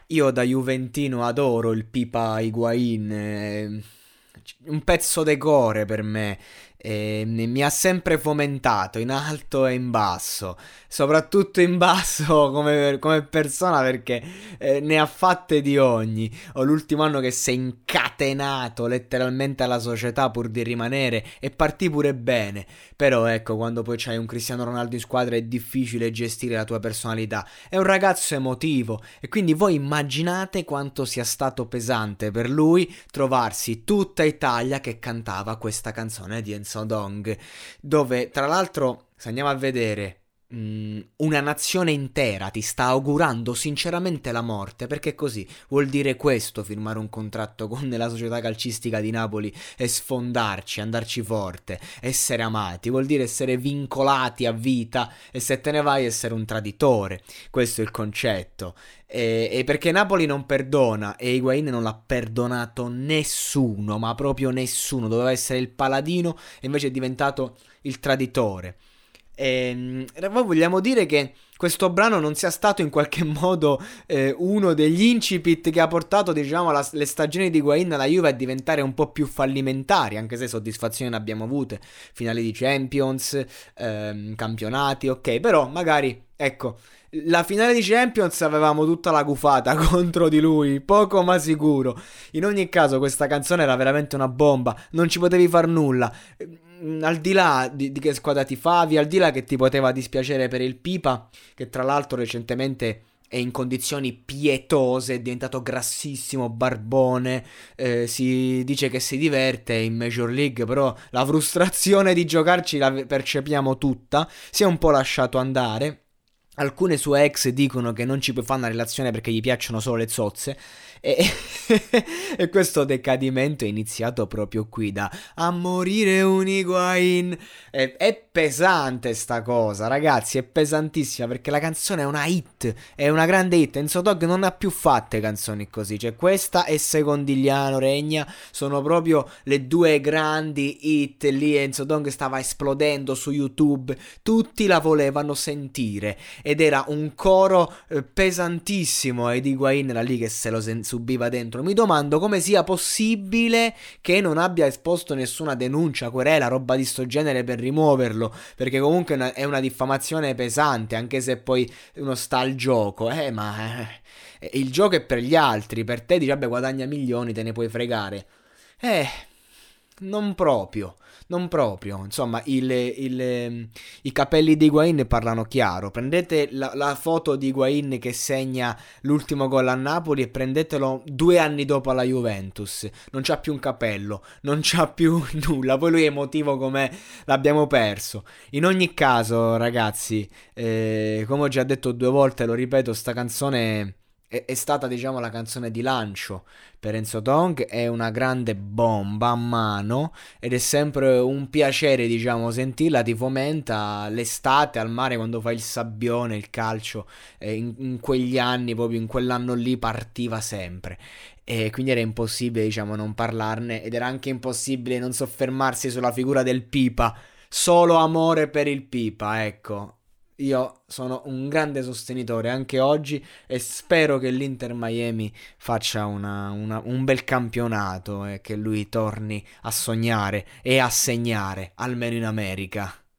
Io da juventino adoro il Pipa Higuain, un pezzo de core per me. Mi ha sempre fomentato in alto e in basso, soprattutto in basso come persona perché ne ha fatte di ogni. O l'ultimo anno che si è incatenato letteralmente alla società pur di rimanere e partì pure bene. Però ecco, quando poi c'hai un Cristiano Ronaldo in squadra è difficile gestire la tua personalità. È un ragazzo emotivo e quindi voi immaginate quanto sia stato pesante per lui trovarsi tutta Italia che cantava questa canzone di Enzo Dong, dove tra l'altro, se andiamo a vedere, una nazione intera ti sta augurando sinceramente la morte, perché così vuol dire questo firmare un contratto con la società calcistica di Napoli e sfondarci, andarci forte, essere amati, vuol dire essere vincolati a vita e se te ne vai essere un traditore. Questo è il concetto. E perché Napoli non perdona e Higuain non l'ha perdonato nessuno, ma proprio nessuno. Doveva essere il paladino e invece è diventato il traditore. Voi vogliamo dire che questo brano non sia stato in qualche modo uno degli incipit che ha portato, diciamo, le stagioni di Higuain alla Juve a diventare un po' più fallimentari, anche se soddisfazioni ne abbiamo avute, finali di Champions, campionati, ok, però magari, ecco, la finale di Champions avevamo tutta la gufata contro di lui, poco ma sicuro. In ogni caso questa canzone era veramente una bomba, non ci potevi far nulla. Al di là di che squadra tifavi, al di là che ti poteva dispiacere per il Pipa, che tra l'altro recentemente è in condizioni pietose, è diventato grassissimo, barbone, si dice che si diverte in Major League, però la frustrazione di giocarci la percepiamo tutta, si è un po' lasciato andare. Alcune sue ex dicono che non ci puoi fare una relazione perché gli piacciono solo le zozze. E, e questo decadimento è iniziato proprio qui da a morire un Higuain. È pesante sta cosa, ragazzi, è pesantissima perché la canzone è una hit, è una grande hit. Enzo Dog non ha più fatte canzoni così, cioè questa e Secondigliano Regna sono proprio le due grandi hit. Lì Enzo Dog stava esplodendo su YouTube, tutti la volevano sentire ed era un coro pesantissimo ed Higuain era lì che se lo subiva dentro. Mi domando come sia possibile che non abbia esposto nessuna denuncia, querela, roba di sto genere per rimuoverlo, perché comunque è una diffamazione pesante, anche se poi uno sta al gioco, ma il gioco è per gli altri, per te dice vabbè guadagna milioni, te ne puoi fregare. Eh, non proprio, non proprio. Insomma, i capelli di Higuain parlano chiaro. Prendete la foto di Higuain che segna l'ultimo gol a Napoli e prendetelo 2 anni dopo alla Juventus. Non c'ha più un capello, non c'ha più nulla. Poi lui è emotivo come l'abbiamo perso. In ogni caso, ragazzi, come ho già detto 2 volte, lo ripeto, sta canzone è stata diciamo la canzone di lancio per Enzo Dong, è una grande bomba a mano ed è sempre un piacere diciamo sentirla, ti fomenta l'estate al mare quando fai il sabbione, il calcio, in quegli anni, proprio in quell'anno lì partiva sempre. E quindi era impossibile, diciamo, non parlarne ed era anche impossibile non soffermarsi sulla figura del Pipa. Solo amore per il Pipa, ecco. Io sono un grande sostenitore anche oggi e spero che l'Inter Miami faccia un bel campionato e che lui torni a sognare e a segnare, almeno in America.